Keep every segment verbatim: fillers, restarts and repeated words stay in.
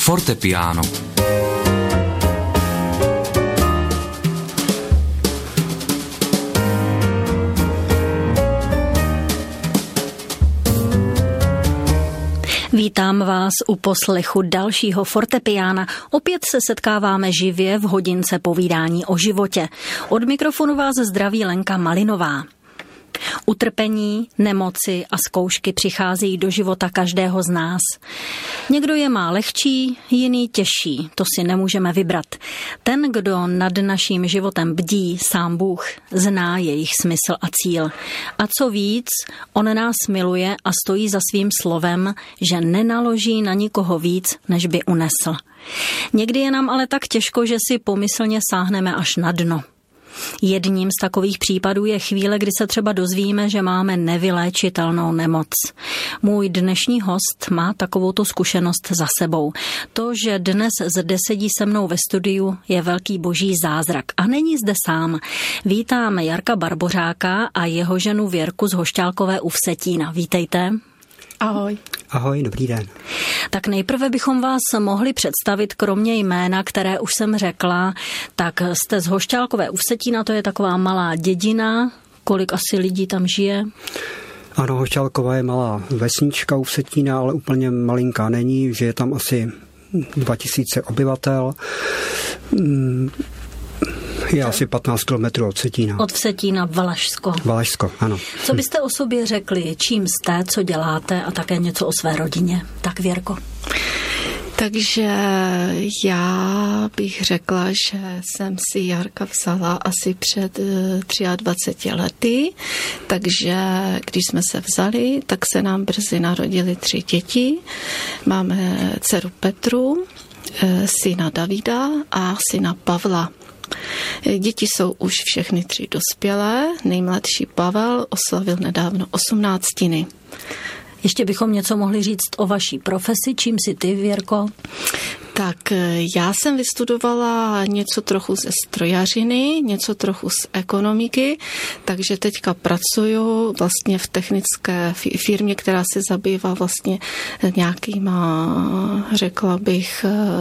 Fortepiano. Vítám vás u poslechu dalšího fortepiána. Opět se setkáváme živě v hodince povídání o životě. Od mikrofonu vás zdraví Lenka Malinová. Utrpení, nemoci a zkoušky přichází do života každého z nás. Někdo je má lehčí, jiný těžší, to si nemůžeme vybrat. Ten, kdo nad naším životem bdí, sám Bůh, zná jejich smysl a cíl. A co víc, on nás miluje a stojí za svým slovem, že nenaloží na nikoho víc, než by unesl. Někdy je nám ale tak těžko, že si pomyslně sáhneme až na dno. Jedním z takových případů je chvíle, kdy se třeba dozvíme, že máme nevyléčitelnou nemoc. Můj dnešní host má takovouto zkušenost za sebou. To, že dnes zde sedí se mnou ve studiu, je velký boží zázrak. A není zde sám. Vítám Jarka Barbořáka a jeho ženu Věrku z Hošťálkové u Vsetína. Vítejte. Ahoj. Ahoj, dobrý den. Tak nejprve bychom vás mohli představit, kromě jména, které už jsem řekla, tak jste z Hošťálkové u Vsetína, to je taková malá dědina. Kolik asi lidí tam žije? Ano, Hošťálková je malá vesnička u Vsetína, ale úplně malinká není, žije tam asi dva tisíce obyvatel. Je asi patnáct kilometrů od Vsetína. Od Vsetína Valašsko. Valašsko, ano. Co byste o sobě řekli, čím jste, co děláte a také něco o své rodině? Tak Věrko. Takže já bych řekla, že jsem si Jarka vzala asi před dvaceti třemi lety, takže když jsme se vzali, tak se nám brzy narodili tři děti. Máme dceru Petru, syna Davida a syna Pavla. Děti jsou už všechny tři dospělé. Nejmladší Pavel oslavil nedávno osmnáctiny. Ještě bychom něco mohli říct o vaší profesi. Čím si ty, Věrko? Tak já jsem vystudovala něco trochu ze strojařiny, něco trochu z ekonomiky, takže teďka pracuju vlastně v technické firmě, která se zabývá vlastně nějakýma, řekla bych,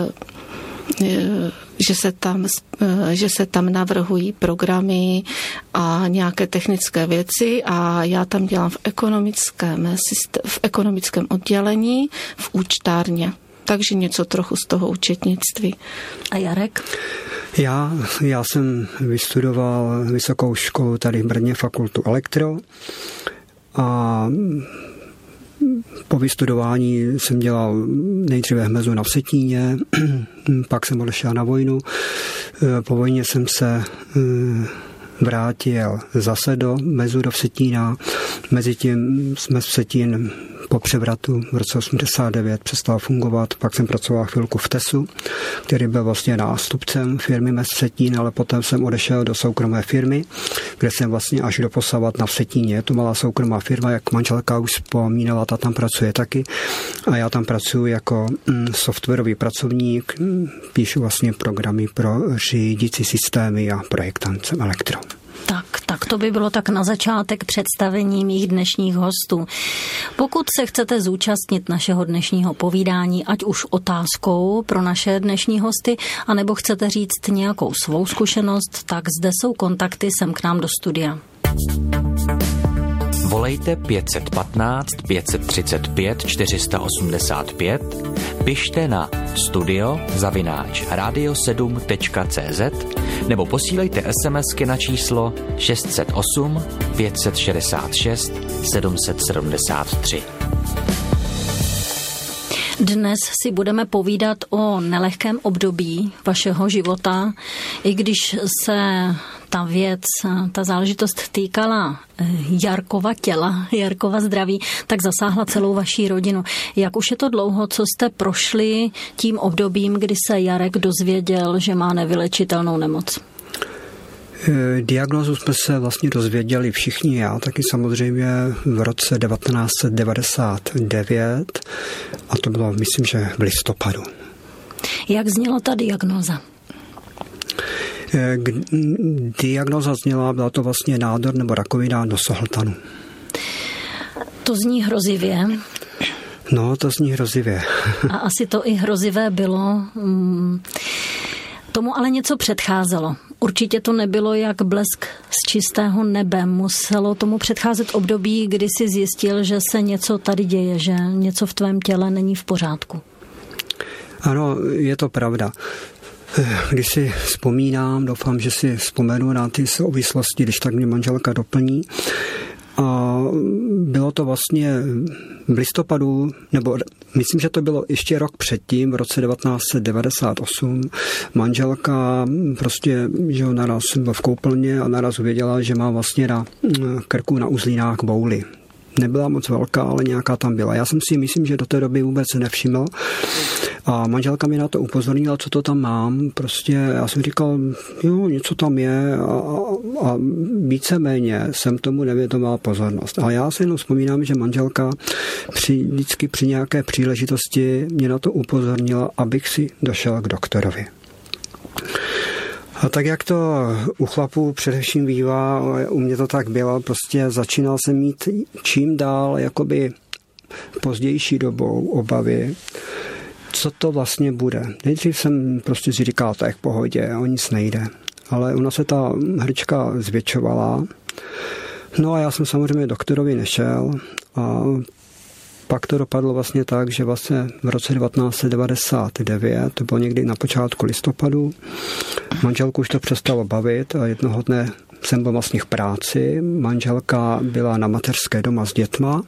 že se tam, že se tam navrhují programy a nějaké technické věci a já tam dělám v ekonomickém, v ekonomickém oddělení, v účtárně. Takže něco trochu z toho účetnictví. A Jarek? Já, já jsem vystudoval vysokou školu tady v Brně, fakultu elektro a po vystudování jsem dělal nejdříve hmezu na Vsetíně, pak jsem odešel na vojnu. Po vojně jsem se vrátil zase do hmezu do Vsetína. Mezitím jsme Vsetín po převratu v roce osmdesát devět přestal fungovat. Pak jsem pracoval chvilku v Tesu, který byl vlastně nástupcem firmy Mez Vsetín, ale potom jsem odešel do soukromé firmy, kde jsem vlastně až doposavat na Vsetíně. Je to malá soukromá firma, jak manželka už vzpomínala, ta tam pracuje taky. A já tam pracuji jako softwarový pracovník, píšu vlastně programy pro řídící systémy a projektant jsem elektro. Tak, tak to by bylo tak na začátek představení mých dnešních hostů. Pokud se chcete zúčastnit našeho dnešního povídání, ať už otázkou pro naše dnešní hosty, anebo chcete říct nějakou svou zkušenost, tak zde jsou kontakty sem k nám do studia. Volejte pět jedna pět, pět tři pět, čtyři osm pět, pište na studio zavináč radio sedm tečka cé zet nebo posílejte SMSky na číslo šest set osm, pět set šedesát šest, sedm set sedmdesát tři. Dnes si budeme povídat o nelehkém období vašeho života, i když se ta věc, ta záležitost týkala Jarkova těla, Jarkova zdraví, tak zasáhla celou vaší rodinu. Jak už je to dlouho, co jste prošli tím obdobím, kdy se Jarek dozvěděl, že má nevylečitelnou nemoc? Diagnózu jsme se vlastně dozvěděli všichni, já taky samozřejmě v roce devatenáct set devadesát devět a to bylo, myslím, že v listopadu. Jak zněla ta diagnóza? Diagnóza zněla, byla to vlastně nádor nebo rakovina nosohltanu. To zní hrozivě. No, to zní hrozivě. A asi to i hrozivé bylo. Tomu ale něco předcházelo. Určitě to nebylo jak blesk z čistého nebe. Muselo tomu předcházet období, kdy si zjistil, že se něco tady děje, že něco v tvém těle není v pořádku. Ano, je to pravda. Když si vzpomínám, doufám, že si vzpomenu na ty souvislosti, když tak mě manželka doplní. A bylo to vlastně v listopadu, nebo myslím, že to bylo ještě rok předtím, v roce devatenáct set devadesát osm. Manželka prostě, že naraz byla v koupelně a naraz uvěděla, že má vlastně na krku na uzlínách bouli. Nebyla moc velká, ale nějaká tam byla. Já jsem si myslím, že do té doby vůbec nevšiml. A manželka mi na to upozornila, co to tam mám. Prostě já jsem říkal, jo, něco tam je a, a, a víceméně jsem tomu nevědomal pozornost. Ale já si jenom vzpomínám, že manželka při, vždycky při nějaké příležitosti mě na to upozornila, abych si došel k doktorovi. A tak jak to u chlapů především bývá, u mě to tak bylo, prostě začínal jsem mít čím dál jakoby pozdější dobou obavy, co to vlastně bude. Nejdřív jsem prostě si říkal, to je v pohodě, o nic nejde. Ale ona se ta hrčka zvětšovala. No a já jsem samozřejmě doktorovi nešel a pak to dopadlo vlastně tak, že vlastně v roce devatenáct set devadesát devět, to bylo někdy na počátku listopadu, manželku už to přestalo bavit a jednoho dne jsem byl vlastně v práci, manželka byla na mateřské doma s dětma.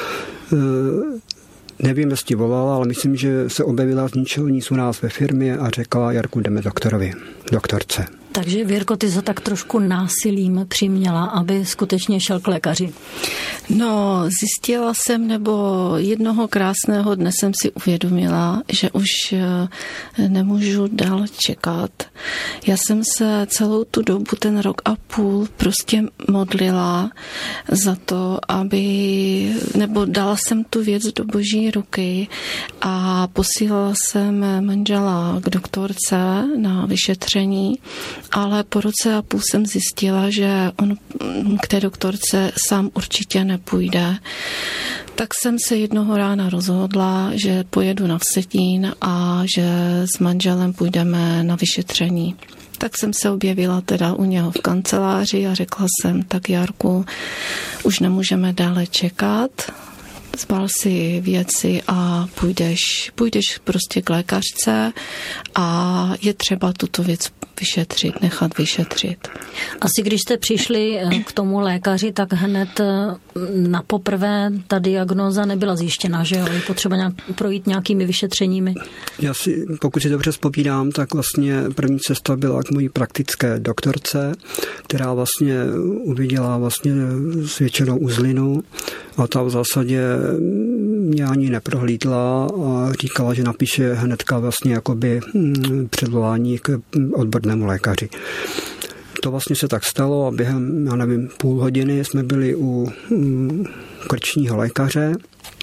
Nevím, jestli volala, ale myslím, že se objevila z ničeho nic u nás ve firmě a řekla, Jarku, jdeme doktorovi, doktorce. Takže Věrko, ty se tak trošku násilím přiměla, aby skutečně šel k lékaři. No, zjistila jsem, nebo jednoho krásného dne jsem si uvědomila, že už nemůžu dál čekat. Já jsem se celou tu dobu, ten rok a půl, prostě modlila za to, aby, nebo dala jsem tu věc do boží ruky a posílala jsem manžela k doktorce na vyšetření, ale po roce a půl jsem zjistila, že on k té doktorce sám určitě nepůjde. Tak jsem se jednoho rána rozhodla, že pojedu na Vsetín a že s manželem půjdeme na vyšetření. Tak jsem se objevila teda u něho v kanceláři a řekla jsem, tak Jarku, už nemůžeme dále čekat, zbal si věci a půjdeš, půjdeš prostě k lékařce a je třeba tuto věc vyšetřit, nechat vyšetřit. Asi když jste přišli k tomu lékaři, tak hned na poprvé ta diagnóza nebyla zjištěna, že jo? Je potřeba nějak, projít nějakými vyšetřeními. Já si, pokud si dobře vzpomínám, tak vlastně první cesta byla k mojí praktické doktorce, která vlastně uviděla vlastně zvětšenou uzlinu a ta v zásadě mě ani neprohlídla a říkala, že napíše hnedka vlastně jakoby předvolání k odbornému lékaři. To vlastně se tak stalo a během, já nevím, půl hodiny jsme byli u krčního lékaře.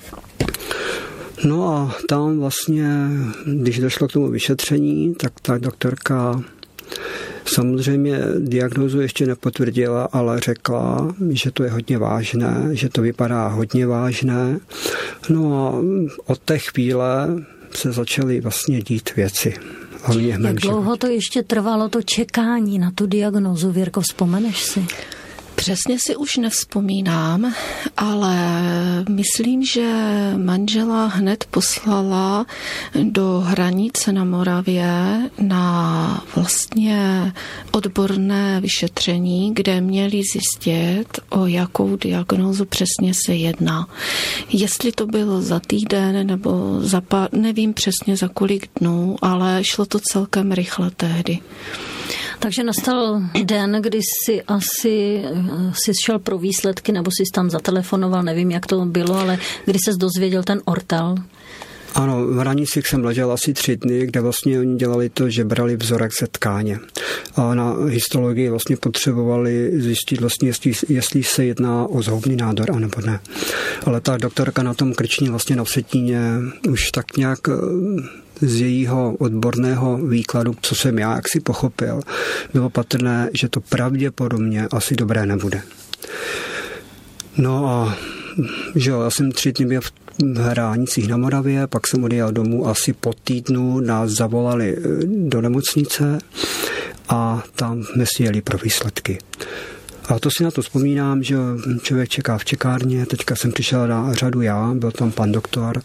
No a tam vlastně, když došlo k tomu vyšetření, tak ta doktorka samozřejmě diagnózu ještě nepotvrdila, ale řekla, že to je hodně vážné, že to vypadá hodně vážné. No a od té chvíle se začaly vlastně dít věci. Jak dlouho to ještě trvalo, to čekání na tu diagnózu, Věrko, vzpomeneš si? Přesně si už nevzpomínám, ale myslím, že manžela hned poslala do Hranice na Moravě na vlastně odborné vyšetření, kde měli zjistit, o jakou diagnózu přesně se jedná. Jestli to bylo za týden nebo za pár, nevím přesně za kolik dnů, ale šlo to celkem rychle tehdy. Takže nastal den, kdy jsi asi si šel pro výsledky, nebo jsi tam zatelefonoval, nevím, jak to bylo, ale kdy ses dozvěděl ten ortel? Ano, v Hranicích jsem ležel asi tři dny, kde vlastně oni dělali to, že brali vzorek ze tkáně. A na histologii vlastně potřebovali zjistit vlastně, jestli, jestli se jedná o zhoubný nádor, anebo ne. Ale ta doktorka na tom krční vlastně na Vsetíně už tak nějak z jejího odborného výkladu, co jsem já, jak si pochopil, bylo patrné, že to pravděpodobně asi dobré nebude. No a že jo, já jsem tři dny byl v Hránicích na Moravě, pak jsem odjel domů, asi po týdnu nás zavolali do nemocnice a tam jsme si jeli pro výsledky. A to si na to vzpomínám, že člověk čeká v čekárně, teďka jsem přišel na řadu já, byl tam pan doktor,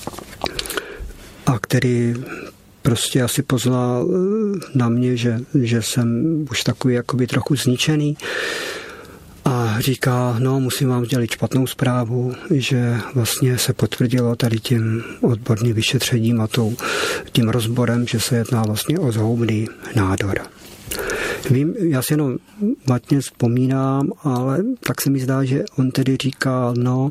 a který prostě asi poznal na mě, že, že jsem už takový jakoby trochu zničený a říká, no musím vám sdělit špatnou zprávu, že vlastně se potvrdilo tady tím odborným vyšetřením a tou, tím rozborem, že se jedná vlastně o zhoubný nádor. Vím, já si jenom matně vzpomínám, ale tak se mi zdá, že on tedy říkal, no,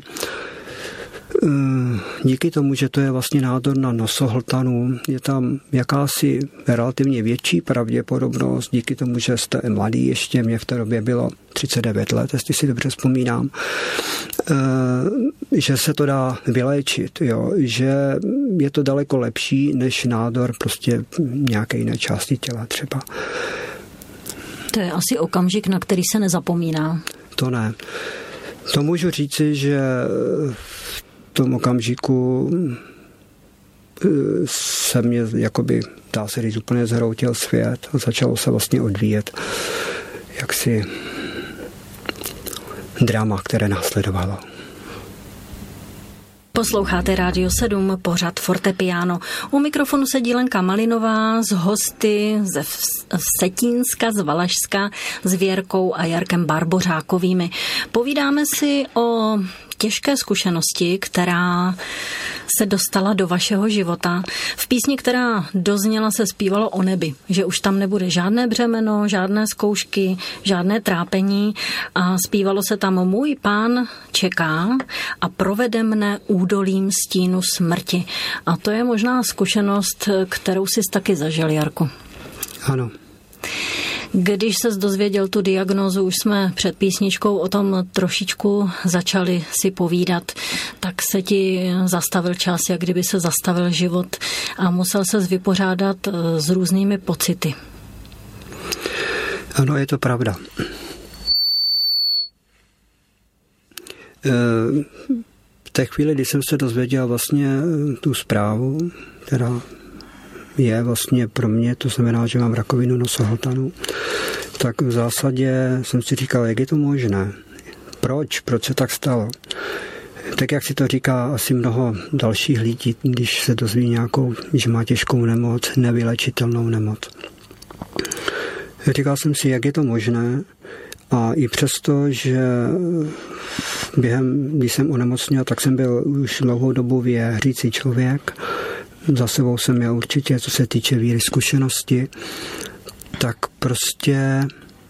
díky tomu, že to je vlastně nádor na nosohltanu, je tam jakási relativně větší pravděpodobnost, díky tomu, že jste mladý, ještě mě v té době bylo třicet devět let, jestli si dobře vzpomínám, že se to dá vyléčit, jo, že je to daleko lepší než nádor prostě nějaké jiné části těla třeba. To je asi okamžik, na který se nezapomíná. To ne. To můžu říci, že v tom okamžiku se mě, jakoby, dá se říct, úplně zhroutil svět a začalo se vlastně odvíjet jaksi drama, které následovalo. Posloucháte Rádio sedm, pořad Fortepiano. U mikrofonu sedí Lenka Malinová s hosty ze Vsetínska, z Valašska, s Věrkou a Jarkem Barbořákovými. Povídáme si o těžké zkušenosti, která se dostala do vašeho života. V písni, která dozněla, se zpívalo o nebi, že už tam nebude žádné břemeno, žádné zkoušky, žádné trápení a zpívalo se tam můj pán čeká a provede mne údolím stínu smrti. A to je možná zkušenost, kterou jsi taky zažil, Jarku. Ano. Když ses dozvěděl tu diagnózu, už jsme před písničkou o tom trošičku začali si povídat, tak se ti zastavil čas, jak kdyby se zastavil život a musel ses vypořádat s různými pocity. Ano, je to pravda. V té chvíli, kdy jsem se dozvěděl vlastně tu zprávu, která je vlastně pro mě, to znamená, že mám rakovinu nosohltanu, tak v zásadě jsem si říkal, jak je to možné? Proč? Proč se tak stalo? Tak jak si to říká asi mnoho dalších lidí, když se dozví nějakou, že má těžkou nemoc, nevylečitelnou nemoc. Říkal jsem si, jak je to možné, a i přesto, že během, když jsem onemocněl, tak jsem byl už dlouhou dobu věřící člověk. Za sebou jsem měl určitě, co se týče víry, zkušenosti, tak prostě,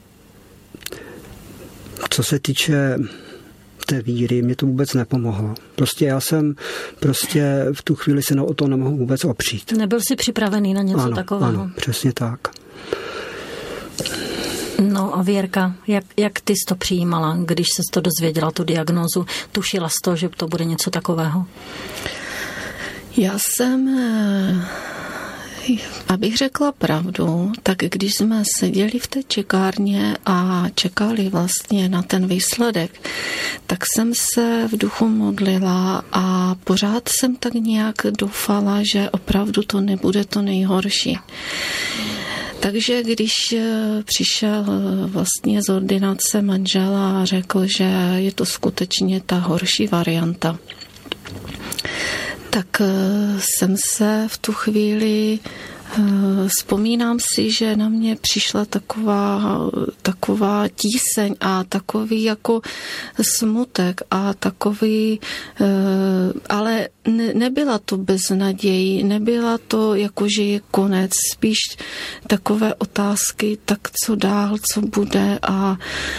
co se týče té víry, mě to vůbec nepomohlo. Prostě já jsem prostě v tu chvíli se o to nemohl vůbec opřít. Nebyl jsi připravený na něco ano, takového? Ano, přesně tak. No a Věrka, jak, jak ty jsi to přijímala, když jsi to dozvěděla, tu diagnózu? Tušila jsi to, že to bude něco takového? Já jsem, abych řekla pravdu, tak když jsme seděli v té čekárně a čekali vlastně na ten výsledek, tak jsem se v duchu modlila a pořád jsem tak nějak doufala, že opravdu to nebude to nejhorší. Takže když přišel vlastně z ordinace manžela a řekl, že je to skutečně ta horší varianta, tak jsem se v tu chvíli, vzpomínám si, že na mě přišla taková, taková tíseň a takový jako smutek a takový, ale ne, nebyla to beznaděj, nebyla to jako, že je konec, spíš takové otázky, tak co dál, co bude a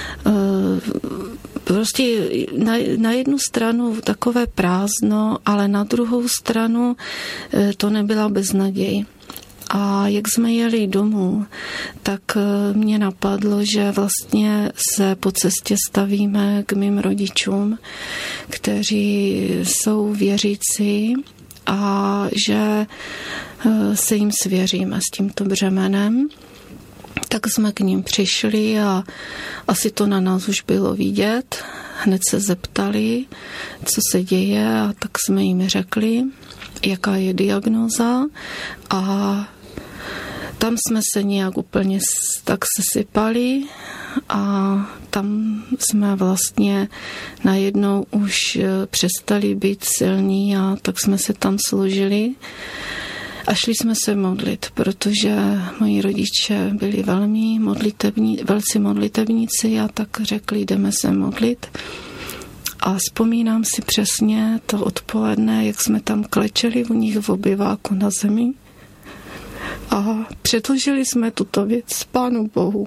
prostě na, na jednu stranu takové prázdno, ale na druhou stranu to nebyla beznaděj. A jak jsme jeli domů, tak mě napadlo, že vlastně se po cestě stavíme k mým rodičům, kteří jsou věřící a že se jim svěříme s tímto břemenem. Tak jsme k ním přišli a asi to na nás už bylo vidět, hned se zeptali, co se děje, a tak jsme jim řekli, jaká je diagnóza, a tam jsme se nějak úplně tak sesypali a tam jsme vlastně najednou už přestali být silní, a tak jsme se tam složili a šli jsme se modlit, protože moji rodiče byli velmi modlitevní, velcí modlitevníci, a tak řekli, jdeme se modlit. A vzpomínám si přesně to odpoledne, jak jsme tam klečeli u nich v obyváku na zemi a předložili jsme tuto věc Pánu Bohu.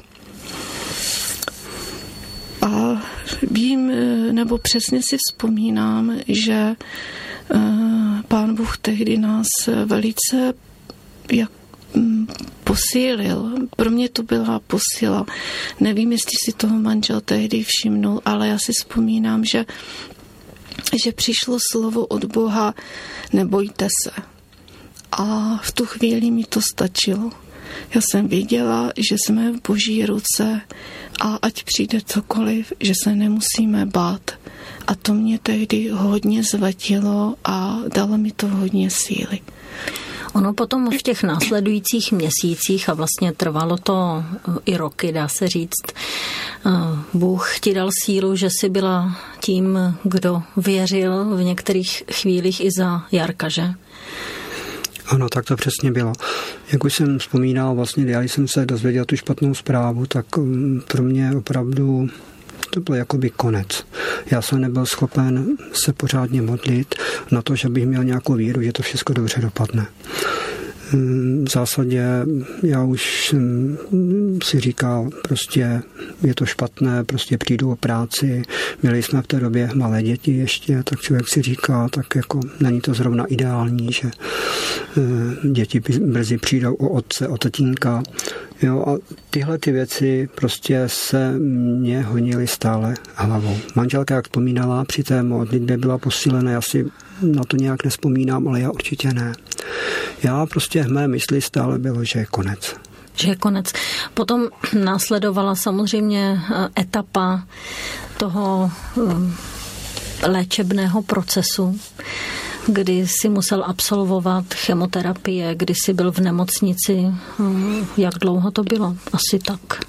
A vím, nebo přesně si vzpomínám, že Pán Bůh tehdy nás velice jak posílil. Pro mě to byla posila. Nevím, jestli si toho manžel tehdy všimnul, ale já si vzpomínám, že, že přišlo slovo od Boha, nebojte se. A v tu chvíli mi to stačilo. Já jsem viděla, že jsme v Boží ruce a ať přijde cokoliv, že se nemusíme bát. A to mě tehdy hodně zvatilo a dalo mi to hodně síly. Ono potom v těch následujících měsících, a vlastně trvalo to i roky, dá se říct, Bůh ti dal sílu, že jsi byla tím, kdo věřil v některých chvílích i za Jarka, že? Ano, tak to přesně bylo. Jak už jsem vzpomínal, vlastně, když jsem se dozvěděl tu špatnou zprávu, tak pro mě opravdu to byl jakoby konec. Já jsem nebyl schopen se pořádně modlit na to, že bych měl nějakou víru, že to všechno dobře dopadne. V zásadě já už si říkal, prostě je to špatné, prostě přijdu o práci. Měli jsme v té době malé děti ještě, tak člověk si říká, tak jako není to zrovna ideální, že děti brzy přijdou o otce, o tatínka. Jo, a tyhle ty věci prostě se mě honily stále hlavou. Manželka, jak vzpomínala, při té modlitbě byla posílena, já si na to nějak nespomínám, ale já určitě ne. Já prostě v mé mysli stále bylo, že je konec. Že je konec. Potom následovala samozřejmě etapa toho léčebného procesu, kdy jsi musel absolvovat chemoterapie, kdy jsi byl v nemocnici. Jak dlouho to bylo? Asi tak.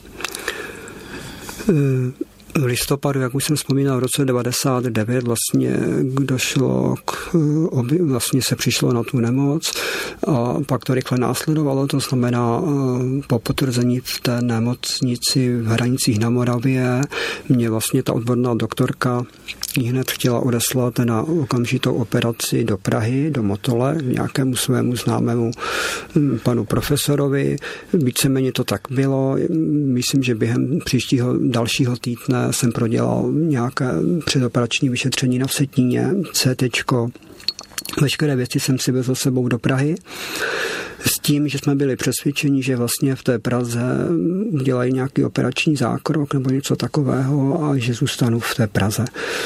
V listopadu, jak už jsem vzpomínal, v roce devadesát devět vlastně došlo k, vlastně se přišlo na tu nemoc a pak to rychle následovalo, to znamená po potvrzení v té nemocnici v Hranicích na Moravě mě vlastně ta odborná doktorka hned chtěla odeslat na okamžitou operaci do Prahy, do Motole, nějakému svému známému panu profesorovi. Víceméně to tak bylo. Myslím, že během příštího dalšího týdne jsem prodělal nějaké předoperační vyšetření na Vsetíně, cé téčko. Veškeré věci jsem si vezl sebou do Prahy s tím, že jsme byli přesvědčeni, že vlastně v té Praze udělají nějaký operační zákrok nebo něco takového a že zůstanu v té Praze.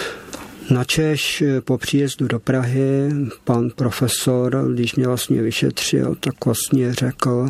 Načež po příjezdu do Prahy pan profesor, když mě vlastně vyšetřil, tak vlastně řekl,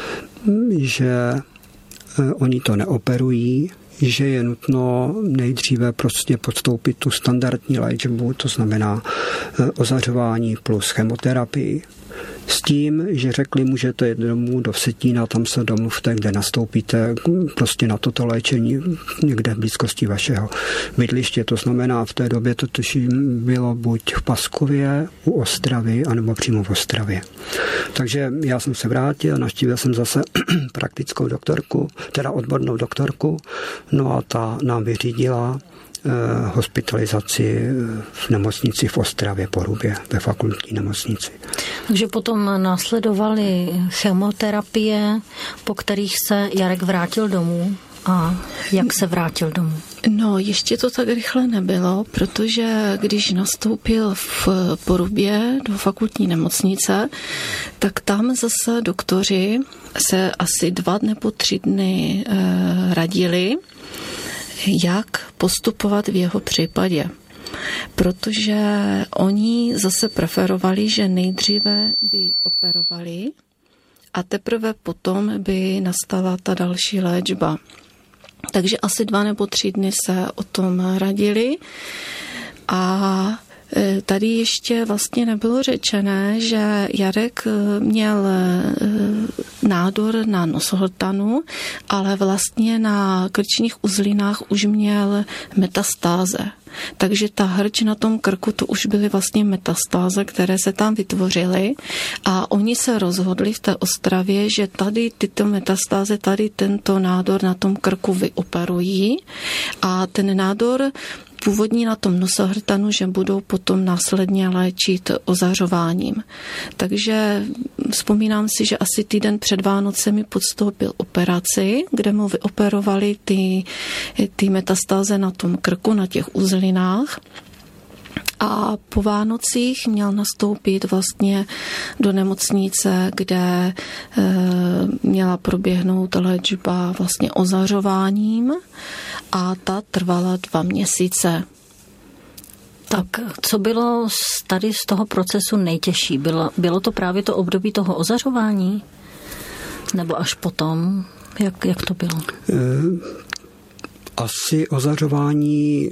že oni to neoperují, že je nutno nejdříve prostě podstoupit tu standardní léčbu, to znamená ozařování plus chemoterapii. S tím, že řekli, můžete jít domů do Vsetína, tam se domluvte, kde nastoupíte prostě na toto léčení někde v blízkosti vašeho bydliště. To znamená, v té době to tuším bylo buď v Paskově, u Ostravy, anebo přímo v Ostravě. Takže já jsem se vrátil, navštívil jsem zase praktickou doktorku, teda odbornou doktorku, no a ta nám vyřídila hospitalizaci v nemocnici v Ostravě Porubě, ve fakultní nemocnici. Takže potom následovaly chemoterapie, po kterých se Jarek vrátil domů. A jak se vrátil domů? No, ještě to tak rychle nebylo, protože když nastoupil v Porubě do fakultní nemocnice, tak tam zase doktoři se asi dva nebo tři dny eh, radili, jak postupovat v jeho případě. Protože oni zase preferovali, že nejdříve by operovali a teprve potom by nastala ta další léčba. Takže asi dva nebo tři dny se o tom radili a tady ještě vlastně nebylo řečené, že Jarek měl nádor na nosohltanu, ale vlastně na krčních uzlinách už měl metastáze. Takže ta hrč na tom krku, to už byly vlastně metastáze, které se tam vytvořily a oni se rozhodli v té Ostravě, že tady tyto metastáze, tady tento nádor na tom krku vyoperují a ten nádor původní na tom nosohrtanu, že budou potom následně léčit ozařováním. Takže vzpomínám si, že asi týden před Vánocemi podstoupil operaci, kde mu vyoperovali ty, ty metastáze na tom krku, na těch uzlinách. A po Vánocích měl nastoupit vlastně do nemocnice, kde e, měla proběhnout léčba vlastně ozařováním a ta trvala dva měsíce. Tak co bylo tady z toho procesu nejtěžší? Bylo, bylo to právě to období toho ozařování? Nebo až potom? Jak, jak to bylo? E- Asi ozařování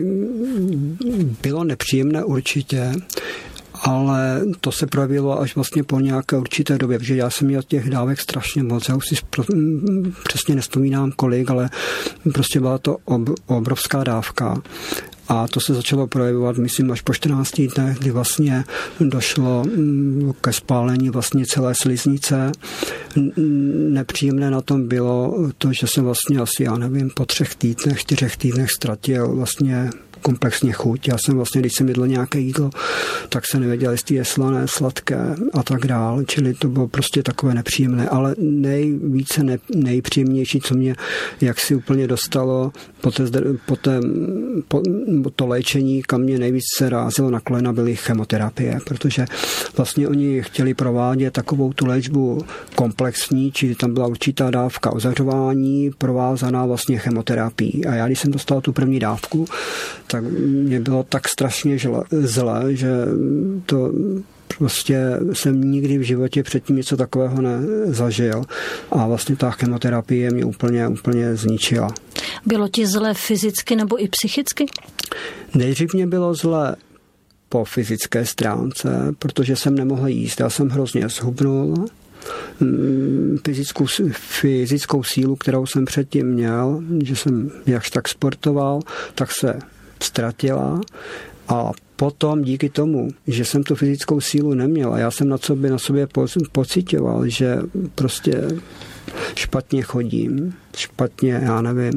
bylo nepříjemné určitě, ale to se projevilo až vlastně po nějaké určité době, protože já jsem měl těch dávek strašně moc. Já už si přesně nevzpomínám kolik, ale prostě byla to obrovská dávka. A to se začalo projevovat, myslím, až po čtrnácti dnech, kdy vlastně došlo ke spálení vlastně celé sliznice. Nepříjemné na tom bylo to, že jsem vlastně asi, já nevím, po třech týdnech, čtyřech týdnech ztratil vlastně komplexně chuť. Já jsem vlastně, když jsem jedl nějaké jídlo, tak se nevěděl, jestli je slané, sladké a tak dál. Čili to bylo prostě takové nepříjemné. Ale nejvíce ne, nejpříjemnější, co mě jaksi úplně dostalo po, té, po, té, po to léčení, kam mě nejvíc se rázilo na kolena, byly chemoterapie, protože vlastně oni chtěli provádět takovou tu léčbu komplexní, čili tam byla určitá dávka ozařování, provázaná vlastně chemoterapií. A já, když jsem dostal tu první dávku, tak mě bylo tak strašně zle, že to prostě jsem nikdy v životě předtím něco takového nezažil a vlastně ta chemoterapie mě úplně, úplně zničila. Bylo ti zle fyzicky nebo i psychicky? Nejdřív mě bylo zle po fyzické stránce, protože jsem nemohl jíst. Já jsem hrozně zhubnul. Fyzickou, fyzickou sílu, kterou jsem předtím měl, že jsem jakž tak sportoval, tak se ztratila a potom díky tomu, že jsem tu fyzickou sílu neměl a já jsem na sobě, na sobě pocitoval, že prostě špatně chodím, špatně, já nevím.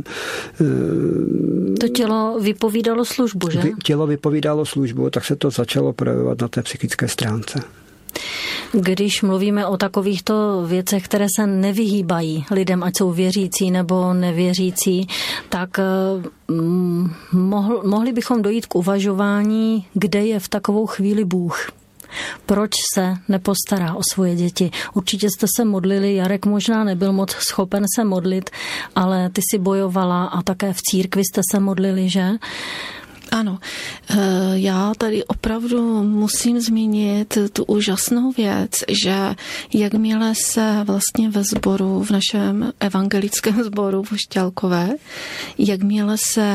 To tělo vypovídalo službu, že? Tělo vypovídalo službu, tak se to začalo projevovat na té psychické stránce. Když mluvíme o takovýchto věcech, které se nevyhýbají lidem, ať jsou věřící nebo nevěřící, tak mm, mohl, mohli bychom dojít k uvažování, kde je v takovou chvíli Bůh. Proč se nepostará o svoje děti? Určitě jste se modlili, Jarek možná nebyl moc schopen se modlit, ale ty si bojovala a také v církvi jste se modlili, že? Ano, já tady opravdu musím zmínit tu úžasnou věc, že jakmile se vlastně ve sboru, v našem evangelickém sboru v Štělkové, jakmile se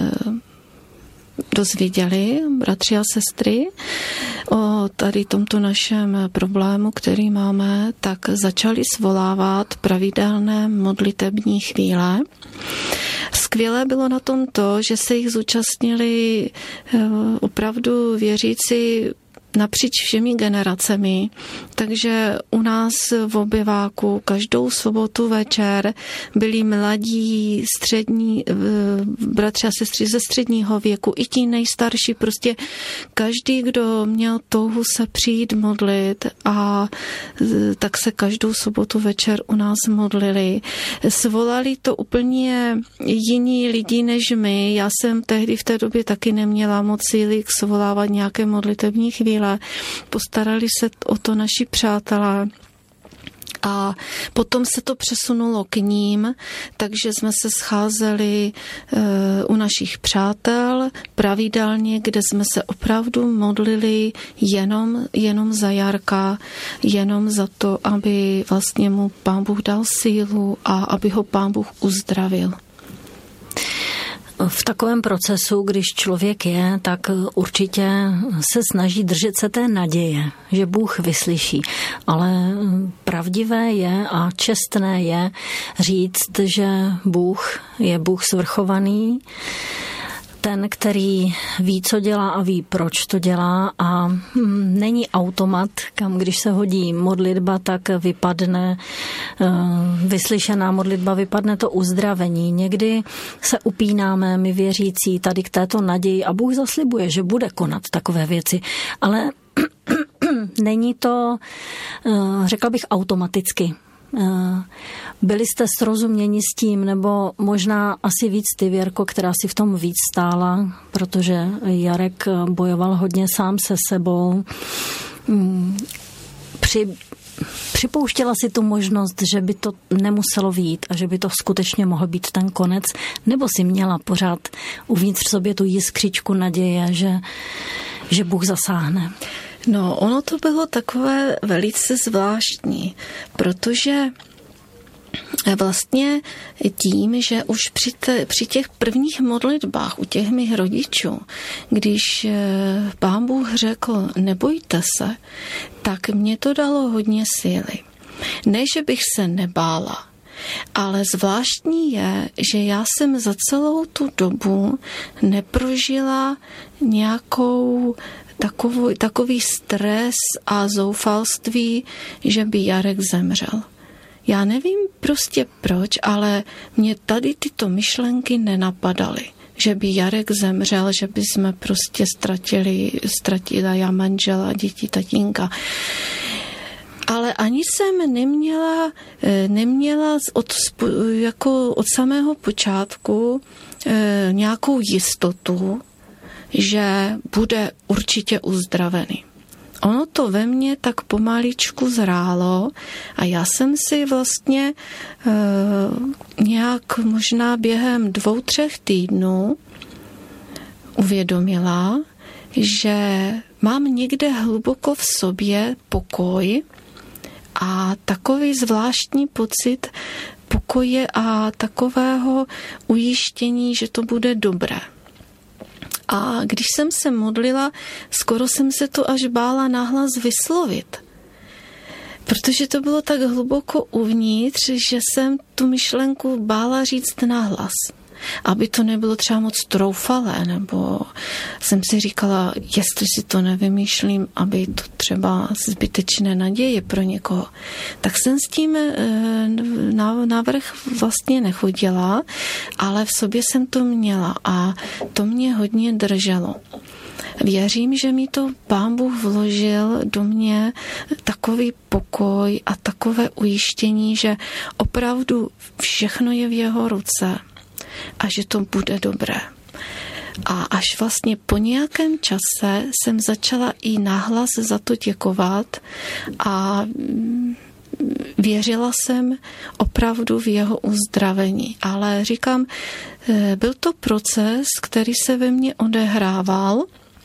dozvěděli bratři a sestry o tady tomto našem problému, který máme, tak začali svolávat pravidelné modlitební chvíle. Skvělé bylo na tom to, že se jich zúčastnili opravdu věřící napříč všemi generacemi, takže u nás v obyváku každou sobotu večer byli mladí, střední, bratři a sestry ze středního věku, i ti nejstarší, prostě každý, kdo měl touhu se přijít modlit a tak se každou sobotu večer u nás modlili. Svolali to úplně jiní lidi než my. Já jsem tehdy v té době taky neměla moc síly svolávat nějaké modlitební chvíle. Postarali se o to naši přátelé a potom se to přesunulo k ním, takže jsme se scházeli u našich přátel pravidelně, kde jsme se opravdu modlili jenom, jenom za Jarka, jenom za to, aby vlastně mu Pán Bůh dal sílu a aby ho Pán Bůh uzdravil. v takovém procesu, když člověk je, tak určitě se snaží držet se té naděje, že Bůh vyslyší. Ale pravdivé je a čestné je říct, že Bůh je Bůh svrchovaný, ten, který ví, co dělá a ví, proč to dělá a není automat, kam když se hodí modlitba, tak vypadne vyslyšená modlitba, vypadne to uzdravení. Někdy se upínáme, my věřící, tady k této naději a Bůh zaslibuje, že bude konat takové věci, ale není to, řekla bych, automaticky. Byli jste srozuměni s tím, nebo možná asi víc ty, Věrko, která si v tom víc stála, protože Jarek bojoval hodně sám se sebou. Při, připouštěla si tu možnost, že by to nemuselo vyjít a že by to skutečně mohl být ten konec, nebo si měla pořád uvnitř sobě tu jiskřičku naděje, že, že Bůh zasáhne? No, ono to bylo takové velice zvláštní, protože vlastně tím, že už při, te, při těch prvních modlitbách u těch mých rodičů, když Pán Bůh řekl, nebojte se, tak mě to dalo hodně síly. Ne, že bych se nebála, ale zvláštní je, že já jsem za celou tu dobu neprožila nějakou Takový, takový stres a zoufalství, že by Jarek zemřel. Já nevím prostě proč, ale mě tady tyto myšlenky nenapadaly. Že by Jarek zemřel, že by jsme prostě ztratili, ztratila já manžela, děti, tatínka. Ale ani jsem neměla, neměla od, jako od samého počátku nějakou jistotu, že bude určitě uzdravený. Ono to ve mně tak pomaličku zrálo a já jsem si vlastně e, nějak možná během dvou, třech týdnů uvědomila, že mám někde hluboko v sobě pokoj a takový zvláštní pocit pokoje a takového ujištění, že to bude dobré. A když jsem se modlila, skoro jsem se to až bála nahlas vyslovit. Protože to bylo tak hluboko uvnitř, že jsem tu myšlenku bála říct nahlas. Aby to nebylo třeba moc troufalé, nebo jsem si říkala, jestli si to nevymýšlím, aby to třeba zbytečné naděje pro někoho. Tak jsem s tím navrch vlastně nechodila, ale v sobě jsem to měla a to mě hodně drželo. Věřím, že mi to Pán Bůh vložil do mě takový pokoj a takové ujištění, že opravdu všechno je v jeho ruce a že to bude dobré. A až vlastně po nějakém čase jsem začala i nahlas za to děkovat a věřila jsem opravdu v jeho uzdravení. Ale říkám, byl to proces, který se ve mně odehrával.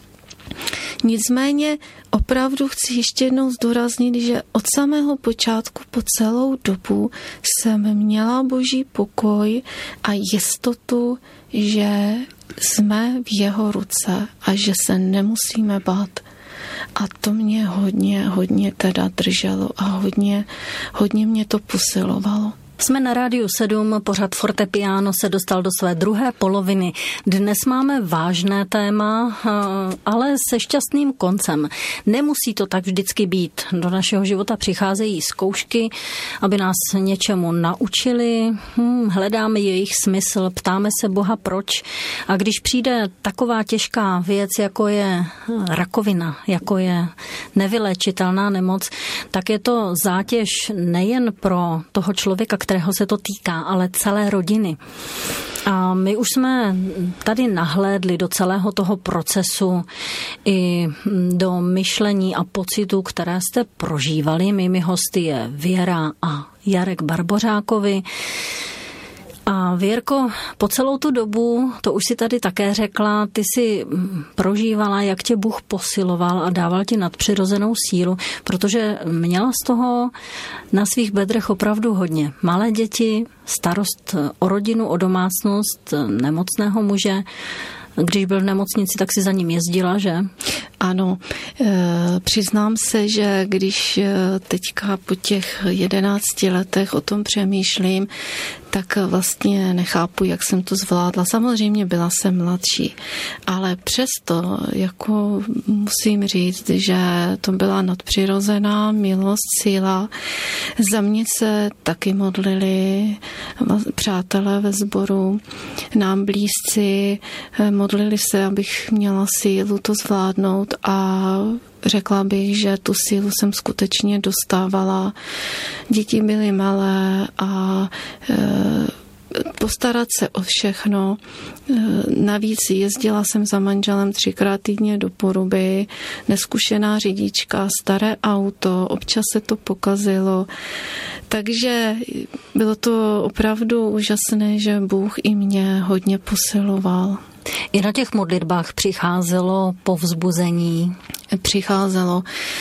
Nicméně opravdu chci ještě jednou zdůraznit, že od samého počátku po celou dobu jsem měla Boží pokoj a jistotu, že jsme v jeho ruce a že se nemusíme bát. A to mě hodně, hodně teda drželo a hodně, hodně mě to posilovalo. Jsme na Rádiu sedm, pořad Fortepiano se dostal do své druhé poloviny. Dnes máme vážné téma, ale se šťastným koncem. Nemusí to tak vždycky být. Do našeho života přicházejí zkoušky, aby nás něčemu naučili, hm, hledáme jejich smysl, ptáme se Boha proč. A když přijde taková těžká věc, jako je rakovina, jako je nevyléčitelná nemoc, tak je to zátěž nejen pro toho člověka, kterého se to týká, ale celé rodiny. A my už jsme tady nahlédli do celého toho procesu i do myšlení a pocitů, které jste prožívali. Mými hosty je Věra a Jarek Barbořákovi. A Věrko, po celou tu dobu, to už si tady také řekla, ty si prožívala, jak tě Bůh posiloval a dával ti nadpřirozenou sílu, protože měla z toho na svých bedrech opravdu hodně. Malé děti, starost o rodinu, o domácnost, nemocného muže. Když byl v nemocnici, tak si za ním jezdila, že? Ano, e, přiznám se, že když teďka po těch jedenácti letech o tom přemýšlím, tak vlastně nechápu, jak jsem to zvládla. Samozřejmě byla jsem mladší, ale přesto jako musím říct, že to byla nadpřirozená milost, síla. Za mě se taky modlili přátelé ve sboru, nám blízci, modlili se, abych měla sílu to zvládnout a řekla bych, že tu sílu jsem skutečně dostávala. Děti byly malé a e, postarat se o všechno. E, navíc jezdila jsem za manželem třikrát týdně do Poruby, neskušená řidička, staré auto, občas se to pokazilo. Takže bylo to opravdu úžasné, že Bůh i mě hodně posiloval. I na těch modlitbách přicházelo povzbuzení? Přicházelo.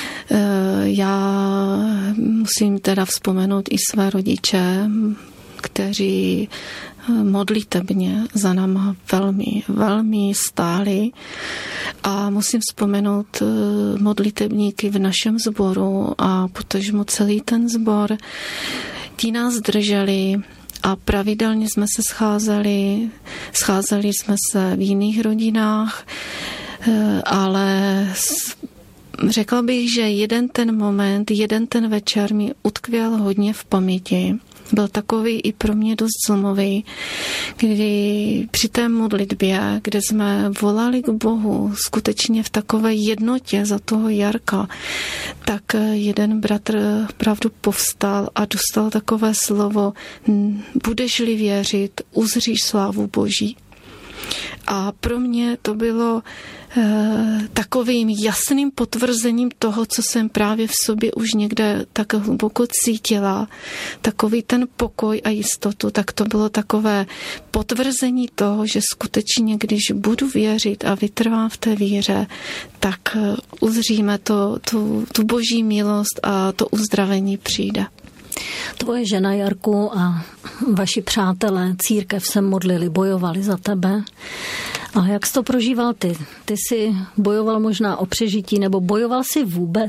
Já musím teda vzpomenout i své rodiče, kteří modlitebně za náma velmi, velmi stáli. A musím vzpomenout modlitebníky v našem sboru a potažmo celý ten sbor. Ti nás drželi a pravidelně jsme se scházeli. Scházeli jsme se v jiných rodinách, ale řekla bych, že jeden ten moment, jeden ten večer mi utkvěl hodně v paměti. Byl takový i pro mě dost zlomový, kdy při té modlitbě, kde jsme volali k Bohu skutečně v takové jednotě za toho Jarka, tak jeden bratr pravdu povstal a dostal takové slovo: budeš-li věřit, uzříš slávu Boží. A pro mě to bylo e, takovým jasným potvrzením toho, co jsem právě v sobě už někde tak hluboko cítila. Takový ten pokoj a jistotu, tak to bylo takové potvrzení toho, že skutečně, když budu věřit a vytrvám v té víře, tak uzříme to, tu, tu Boží milost a to uzdravení přijde. Tvoje žena, Jarku, a vaši přátelé, církev se modlili, bojovali za tebe. A jak jsi to prožíval ty? Ty jsi bojoval možná o přežití, nebo bojoval jsi vůbec?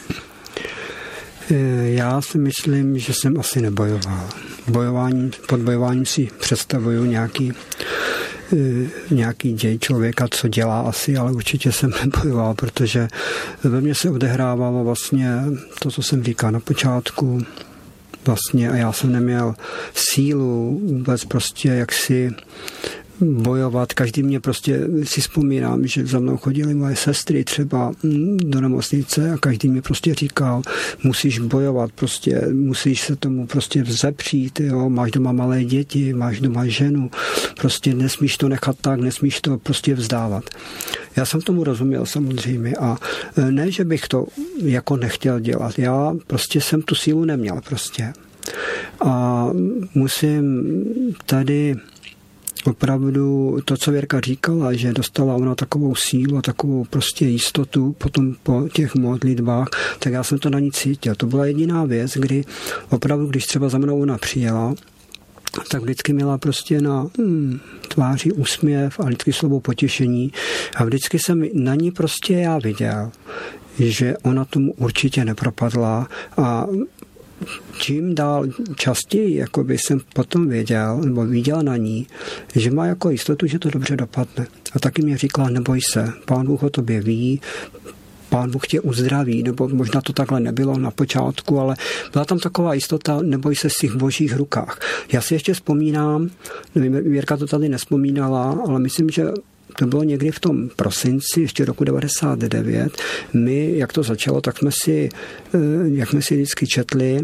Já si myslím, že jsem asi nebojoval. Bojování, pod bojováním si představuju nějaký, nějaký děj člověka, co dělá asi, ale určitě jsem nebojoval, protože ve mně se odehrávalo vlastně to, co jsem říkal na počátku, vlastně a já jsem neměl sílu vůbec prostě jaksi bojovat. Každý mě prostě si vzpomínám, že za mnou chodily moje sestry třeba do nemocnice a každý mi prostě říkal, musíš bojovat, prostě musíš se tomu prostě vzepřít, jo, máš doma malé děti, máš doma ženu, prostě nesmíš to nechat tak, nesmíš to prostě vzdávat. Já jsem tomu rozuměl samozřejmě a ne, že bych to jako nechtěl dělat, já prostě jsem tu sílu neměl prostě. A musím tady opravdu to, co Věrka říkala, že dostala ona takovou sílu a takovou prostě jistotu potom po těch modlitbách, tak já jsem to na ní cítil. To byla jediná věc, kdy opravdu, když třeba za mnou ona přijela, tak vždycky měla prostě na hmm, tváři úsměv a vždycky slovo potěšení a vždycky jsem na ní prostě já viděl, že ona tomu určitě nepropadla a čím dál častěji jakoby jsem potom věděl, nebo viděl na ní, že má jako jistotu, že to dobře dopadne. A taky mě říkala, neboj se, Pán Bůh o tobě ví, Pán Bůh tě uzdraví, nebo možná to takhle nebylo na počátku, ale byla tam taková jistota, neboj se v těch božích rukách. Já si ještě vzpomínám, nevím, Věrka to tady nevzpomínala, ale myslím, že to bylo někdy v tom prosinci, ještě roku devadesát devět. My, jak to začalo, tak jsme si, jak jsme si vždycky četli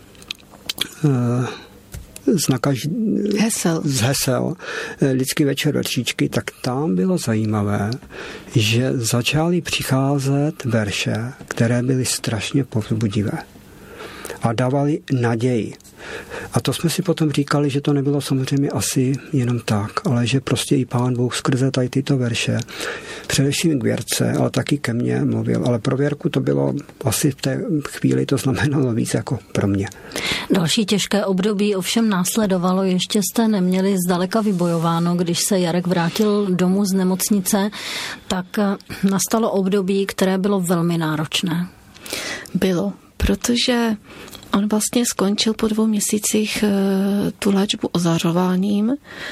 z, nakaž... hesel. z hesel, vždycky večer vetříčky, tak tam bylo zajímavé, že začaly přicházet verše, které byly strašně povzbudivé. a dávali naději. A to jsme si potom říkali, že to nebylo samozřejmě asi jenom tak, ale že prostě i Pán Bůh skrze tady tyto verše, především k Věrce, ale taky ke mně mluvil. Ale pro Věrku to bylo asi v té chvíli, to znamenalo víc jako pro mě. Další těžké období ovšem následovalo. Ještě jste neměli zdaleka vybojováno, když se Jarek vrátil domů z nemocnice, tak nastalo období, které bylo velmi náročné. Bylo, protože on vlastně skončil po dvou měsících tu léčbu ozařováním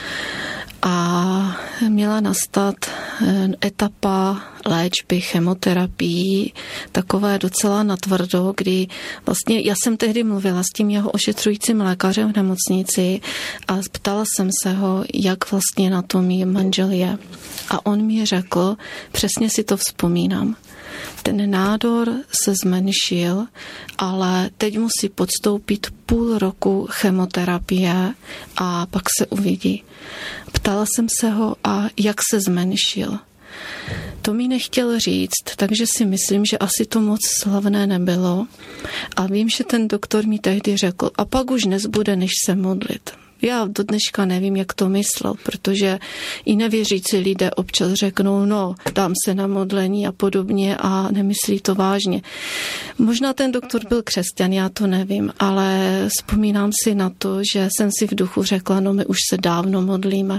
a měla nastat etapa léčby, chemoterapii, takové docela natvrdo, kdy vlastně já jsem tehdy mluvila s tím jeho ošetřujícím lékařem v nemocnici a ptala jsem se ho, jak vlastně na tom je manžel je. A on mi řekl, přesně si to vzpomínám, ten nádor se zmenšil, ale teď musí podstoupit půl roku chemoterapie a pak se uvidí. Ptala jsem se ho, a jak se zmenšil. To mi nechtěl říct, takže si myslím, že asi to moc slavné nebylo. A vím, že ten doktor mi tehdy řekl, a pak už nezbude, než se modlit. Já do dneška nevím, jak to myslel, protože i nevěřící lidé občas řeknou, no, dám se na modlení a podobně a nemyslí to vážně. Možná ten doktor byl křesťan, já to nevím, ale vzpomínám si na to, že jsem si v duchu řekla, no, my už se dávno modlíme.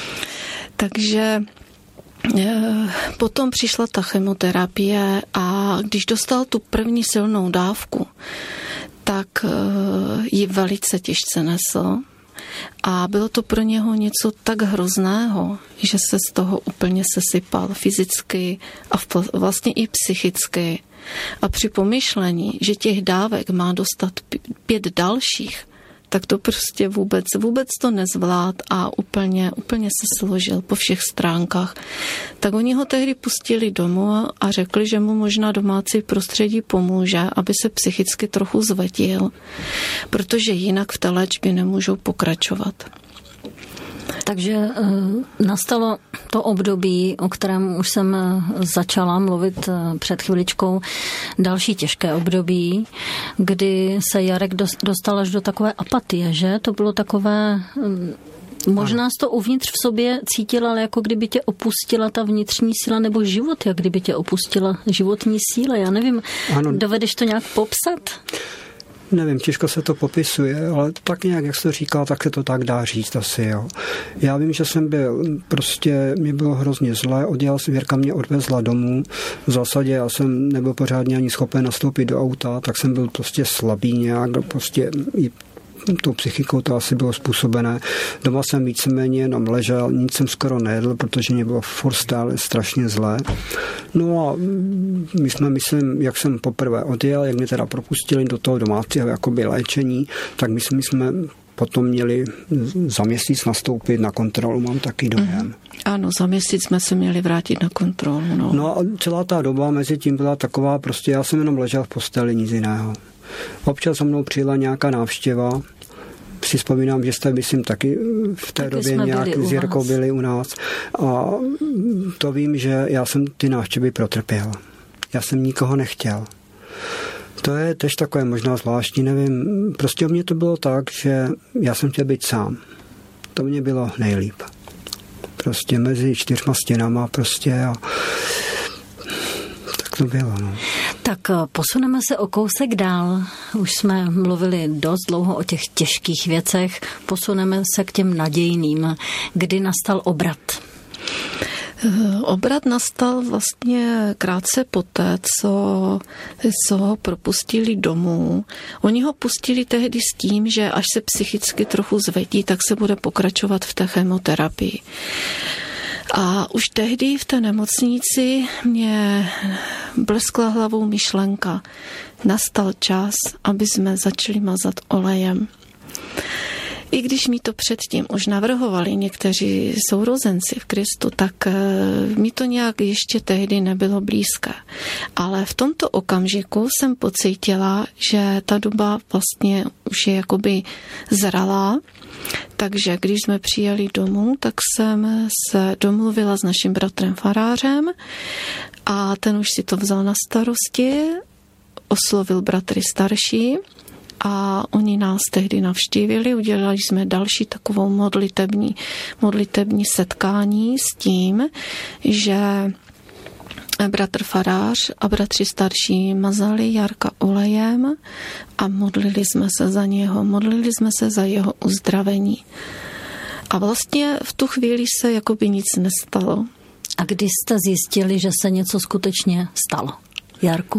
Takže potom přišla ta chemoterapie a když dostal tu první silnou dávku, tak ji velice těžce nesl. A bylo to pro něho něco tak hrozného, že se z toho úplně sesypal fyzicky a vlastně i psychicky. A při pomyšlení, že těch dávek má dostat pět dalších, tak to prostě vůbec, vůbec to nezvlád a úplně, úplně se složil po všech stránkách. Tak oni ho tehdy pustili domů a řekli, že mu možná domácí prostředí pomůže, aby se psychicky trochu zvedil, protože jinak v té léčbě nemůžou pokračovat. Takže nastalo to období, o kterém už jsem začala mluvit před chviličkou, další těžké období, kdy se Jarek dostal až do takové apatie, že? To bylo takové... Možná jsi to uvnitř v sobě cítila, ale jako kdyby tě opustila ta vnitřní síla nebo život, jak kdyby tě opustila životní síla. Já nevím, ano. Dovedeš to nějak popsat? Nevím, těžko se to popisuje, ale tak nějak, jak jsi to říkal, tak se to tak dá říct asi, jo. Já vím, že jsem byl, prostě mě bylo hrozně zlé, odjel jsem, Věrka mě odvezla domů, v zásadě já jsem nebyl pořádně ani schopen nastoupit do auta, tak jsem byl prostě slabý nějak, prostě i tou psychikou to asi bylo způsobené. Doma jsem víceméně jenom ležel, nic jsem skoro nejedl, protože mě bylo furt stále strašně zlé. No a my jsme, myslím, jak jsem poprvé odjel, jak mě teda propustili do toho domácího jakoby léčení, tak my jsme, my jsme potom měli za měsíc nastoupit na kontrolu, mám taky dojem. Mm. Ano, za měsíc jsme se měli vrátit na kontrolu. No. no a celá ta doba mezi tím byla taková, prostě já jsem jenom ležel v posteli, nic jiného. Občas za mnou přijela nějaká návštěva. Si vzpomínám, že jste, myslím, taky v té taky době nějak s Jirkou byli u nás. A to vím, že já jsem ty návštěvy protrpěl. Já jsem nikoho nechtěl. To je tež takové možná zvláštní, nevím. Prostě o mě to bylo tak, že já jsem chtěl být sám. To mě bylo nejlíp. Prostě mezi čtyřma stěnama prostě a to bylo, no. Tak posuneme se o kousek dál. Už jsme mluvili dost dlouho o těch těžkých věcech. Posuneme se k těm nadějným. Kdy nastal obrat? Obrat nastal vlastně krátce poté, co, co ho propustili domů. Oni ho pustili tehdy s tím, že až se psychicky trochu zvedí, tak se bude pokračovat v té chemoterapii. A už tehdy v té nemocnici mě bleskla hlavou myšlenka. Nastal čas, aby jsme začali mazat olejem. I když mi to předtím už navrhovali někteří sourozenci v Kristu, tak mi to nějak ještě tehdy nebylo blízké. Ale v tomto okamžiku jsem pocítila, že ta doba vlastně už je jakoby zralá. Takže když jsme přijeli domů, tak jsem se domluvila s naším bratrem farářem a ten už si to vzal na starosti, oslovil bratry starší a oni nás tehdy navštívili, udělali jsme další takovou modlitební, modlitební setkání s tím, že bratr farář a bratři starší mazali Jarka olejem a modlili jsme se za něho, modlili jsme se za jeho uzdravení. A vlastně v tu chvíli se jakoby nic nestalo. A kdy jste zjistili, že se něco skutečně stalo, Jarku?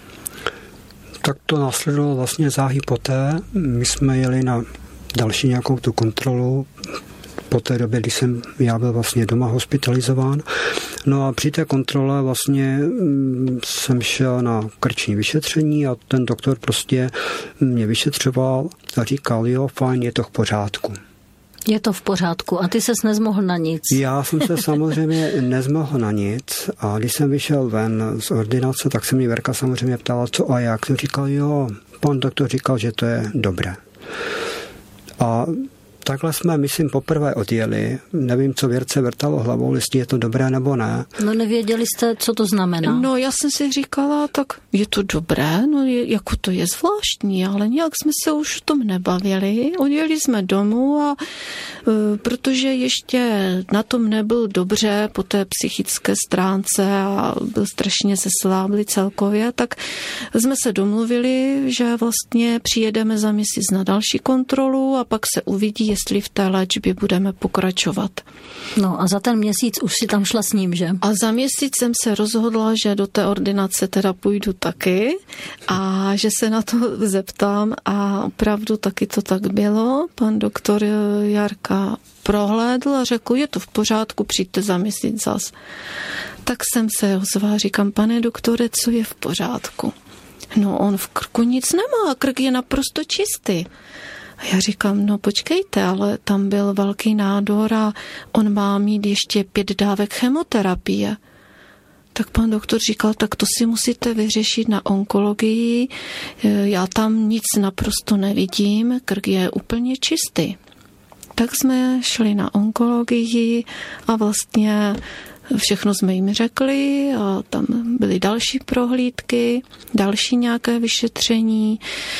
Tak to následovalo vlastně záhy poté. My jsme jeli na další nějakou tu kontrolu po té době, kdy jsem já byl vlastně doma hospitalizován. No a při té kontrole vlastně jsem šel na krční vyšetření a ten doktor prostě mě vyšetřoval a říkal, jo, fajn, je to v pořádku. Je to v pořádku a ty ses nezmohl na nic. Já jsem se samozřejmě nezmohl na nic a když jsem vyšel ven z ordinace, tak se mě Verka samozřejmě ptala, co a jak. Jsem říkal, jo, pan doktor říkal, že to je dobré. A takhle jsme, myslím, poprvé odjeli. Nevím, co Věrce vrtalo hlavou, jestli je to dobré nebo ne. No nevěděli jste, co to znamená? No já jsem si říkala, tak je to dobré, no je, jako to je zvláštní, ale nějak jsme se už o tom nebavili. Odjeli jsme domů a e, protože ještě na tom nebyl dobře po té psychické stránce a byl strašně zesláblý celkově, tak jsme se domluvili, že vlastně přijedeme za měsíc na další kontrolu a pak se uvidí, jestli v té léčbě budeme pokračovat. No a za ten měsíc už si tam šla s ním, že? A za měsíc jsem se rozhodla, že do té ordinace teda půjdu taky a že se na to zeptám a opravdu taky to tak bylo. Pan doktor Jarka prohlédl a řekl, je to v pořádku, přijďte za měsíc zas. Tak jsem se ozvala, říkám, pane doktore, co je v pořádku? No on v krku nic nemá, krk je naprosto čistý. A já říkám, no počkejte, ale tam byl velký nádor a on má mít ještě pět dávek chemoterapie. Tak pan doktor říkal, tak to si musíte vyřešit na onkologii, já tam nic naprosto nevidím, krk je úplně čistý. Tak jsme šli na onkologii a vlastně všechno jsme jim řekli a tam byly další prohlídky, další nějaké vyšetření,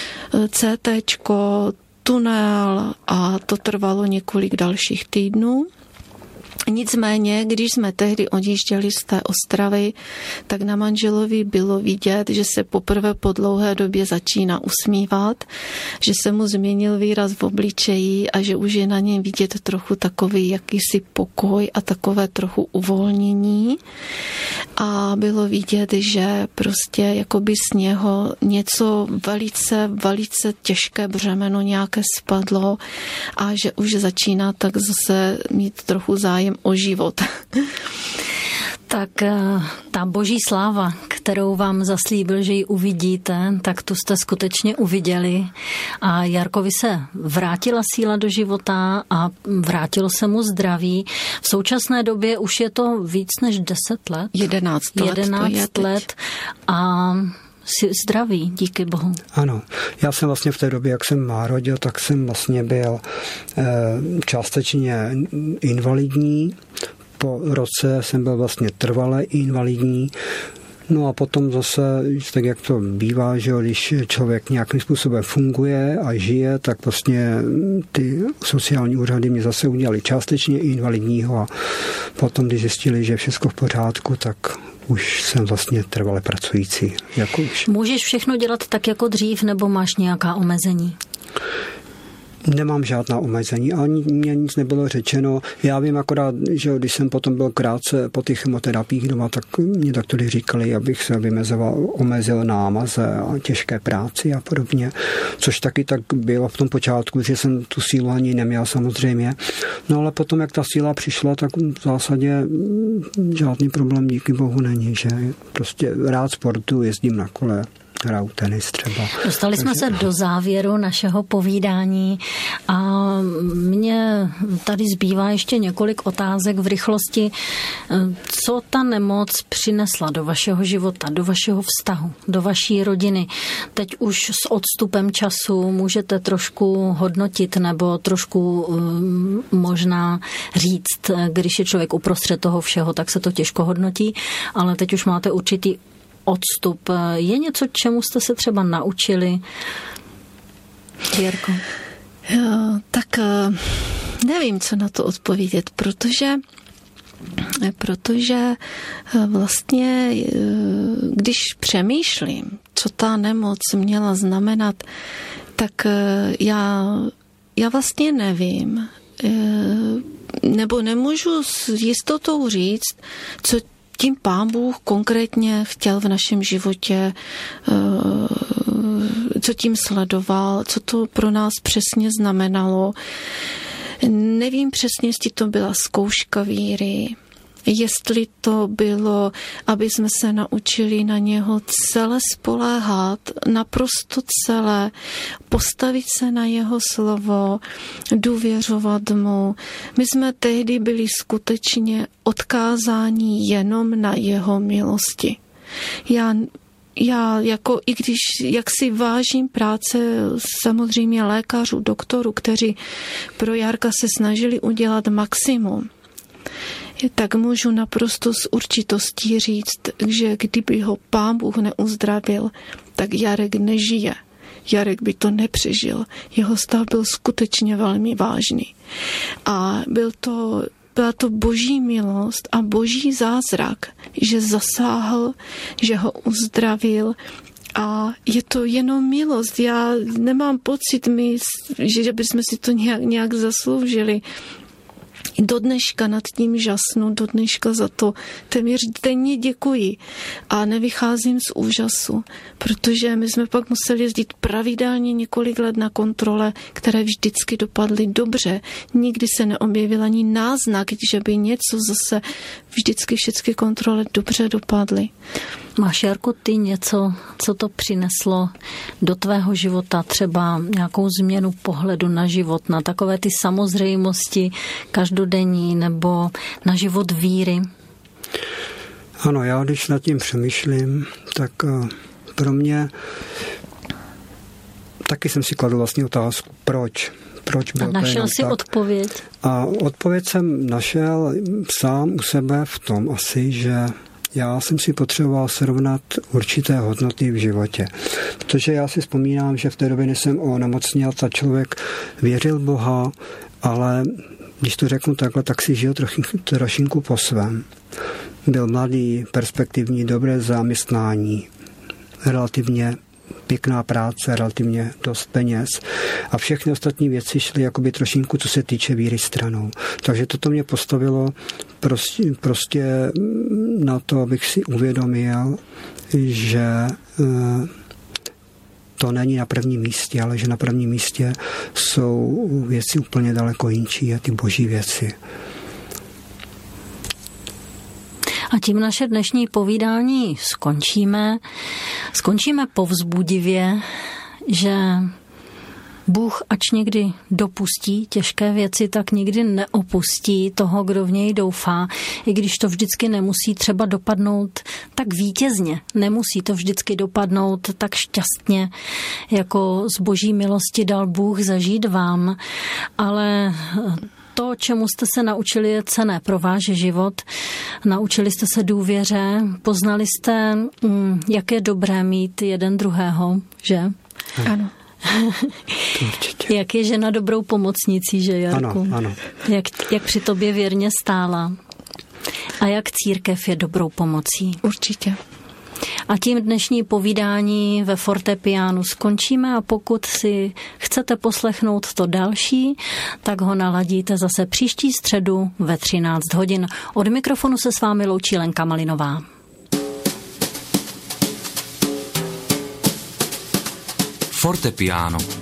CTčko, tunel a to trvalo několik dalších týdnů. Nicméně, když jsme tehdy odjížděli z té Ostravy, tak na manželovi bylo vidět, že se poprvé po dlouhé době začíná usmívat, že se mu změnil výraz v obličeji a že už je na něm vidět trochu takový jakýsi pokoj a takové trochu uvolnění. A bylo vidět, že prostě jakoby z něho něco velice, velice těžké břemeno nějaké spadlo a že už začíná tak zase mít trochu zájem o život. Tak ta boží sláva, kterou vám zaslíbil, že ji uvidíte, tak tu jste skutečně uviděli. A Jarkovi se vrátila síla do života a vrátilo se mu zdraví. V současné době už je to víc než deset let. Jedenáct let. Jedenáct let a zdraví, díky Bohu. Ano, já jsem vlastně v té době, jak jsem márodil, tak jsem vlastně byl e, částečně invalidní. Po roce jsem byl vlastně trvale invalidní. No a potom zase, tak jak to bývá, že když člověk nějakým způsobem funguje a žije, tak vlastně ty sociální úřady mě zase udělali částečně invalidního a potom, když zjistili, že je všechno v pořádku, tak už jsem vlastně trvale pracující. Jako už. Můžeš všechno dělat tak jako dřív, nebo máš nějaká omezení? Nemám žádná omezení, ani mě nic nebylo řečeno. Já vím akorát, že když jsem potom byl krátce po těch chemoterapiích doma, tak mě doktory říkali, abych se vymezoval, omezil námaze a těžké práci a podobně, což taky tak bylo v tom počátku, že jsem tu sílu ani neměl samozřejmě. No ale potom, jak ta síla přišla, tak v zásadě žádný problém díky Bohu není, že prostě rád sportu, jezdím na kole, hraju tenis třeba. Dostali jsme se do závěru našeho povídání a mně tady zbývá ještě několik otázek v rychlosti. Co ta nemoc přinesla do vašeho života, do vašeho vztahu, do vaší rodiny? Teď už s odstupem času můžete trošku hodnotit nebo trošku um, možná říct, když je člověk uprostřed toho všeho, tak se to těžko hodnotí, ale teď už máte určitý odstup. Je něco, čemu jste se třeba naučili? Jirko? Jo, tak nevím, co na to odpovědět, protože protože vlastně, když přemýšlím, co ta nemoc měla znamenat, tak já, já vlastně nevím, nebo nemůžu s jistotou říct, co tím Pán Bůh konkrétně chtěl v našem životě, co tím sledoval, co to pro nás přesně znamenalo. Nevím přesně, jestli to byla zkouška víry, jestli to bylo, aby jsme se naučili na něho celé spoléhat, naprosto celé, postavit se na jeho slovo, důvěřovat mu. My jsme tehdy byli skutečně odkázáni jenom na jeho milosti. Já Já jako, i když, jak si vážím práce samozřejmě lékařů, doktorů, kteří pro Jarka se snažili udělat maximum, tak můžu naprosto s určitostí říct, že kdyby ho Pán Bůh neuzdravil, tak Jarek nežije. Jarek by to nepřežil. Jeho stav byl skutečně velmi vážný. A byl to Byla to boží milost a boží zázrak, že zasáhl, že ho uzdravil a je to jenom milost. Já nemám pocit, my, že bychom si to nějak, nějak zasloužili. Do dneška nad tím žasnu, do dneška za to téměř denně děkuji a nevycházím z úžasu, protože my jsme pak museli jezdit pravidelně několik let na kontrole, které vždycky dopadly dobře. Nikdy se neobjevil ani náznak, že by něco zase, vždycky všechny kontrole dobře dopadly. Máš, Jarko, ty něco, co to přineslo do tvého života, třeba nějakou změnu pohledu na život, na takové ty samozřejmosti každodenní nebo na život víry? Ano, já když nad tím přemýšlím, tak pro mě taky jsem si kladl vlastně otázku, proč? Proč byl a našel si tak? odpověď? A odpověď jsem našel sám u sebe v tom asi, že já jsem si potřeboval srovnat určité hodnoty v životě. Protože já si vzpomínám, že v té době, než jsem onemocněl, ta člověk věřil Boha, ale když to řeknu takhle, tak si žil trochu, trošinku po svém. Byl mladý, perspektivní, dobré zaměstnání, relativně pěkná práce, relativně dost peněz a všechny ostatní věci šly jakoby trošinku, co se týče víry, stranou. Takže toto mě postavilo prostě, prostě na to, abych si uvědomil, že to není na prvním místě, ale že na prvním místě jsou věci úplně daleko jinčí a ty boží věci. A tím naše dnešní povídání skončíme. Skončíme povzbudivě, že Bůh, ač někdy dopustí těžké věci, tak nikdy neopustí toho, kdo v něj doufá, i když to vždycky nemusí třeba dopadnout tak vítězně. Nemusí to vždycky dopadnout tak šťastně, jako z boží milosti dal Bůh zažít vám, ale to, čemu jste se naučili, je cenné pro váš život. Naučili jste se důvěře, poznali jste, jak je dobré mít jeden druhého, že? Ano. Jak je žena dobrou pomocnicí, že, Jarku? Ano, ano. Jak, jak při tobě věrně stála. A jak církev je dobrou pomocí. Určitě. A tím dnešní povídání ve fortepiánu skončíme a pokud si chcete poslechnout to další, tak ho naladíte zase příští středu ve třináct hodin. Od mikrofonu se s vámi loučí Lenka Malinová. Fortepiáno.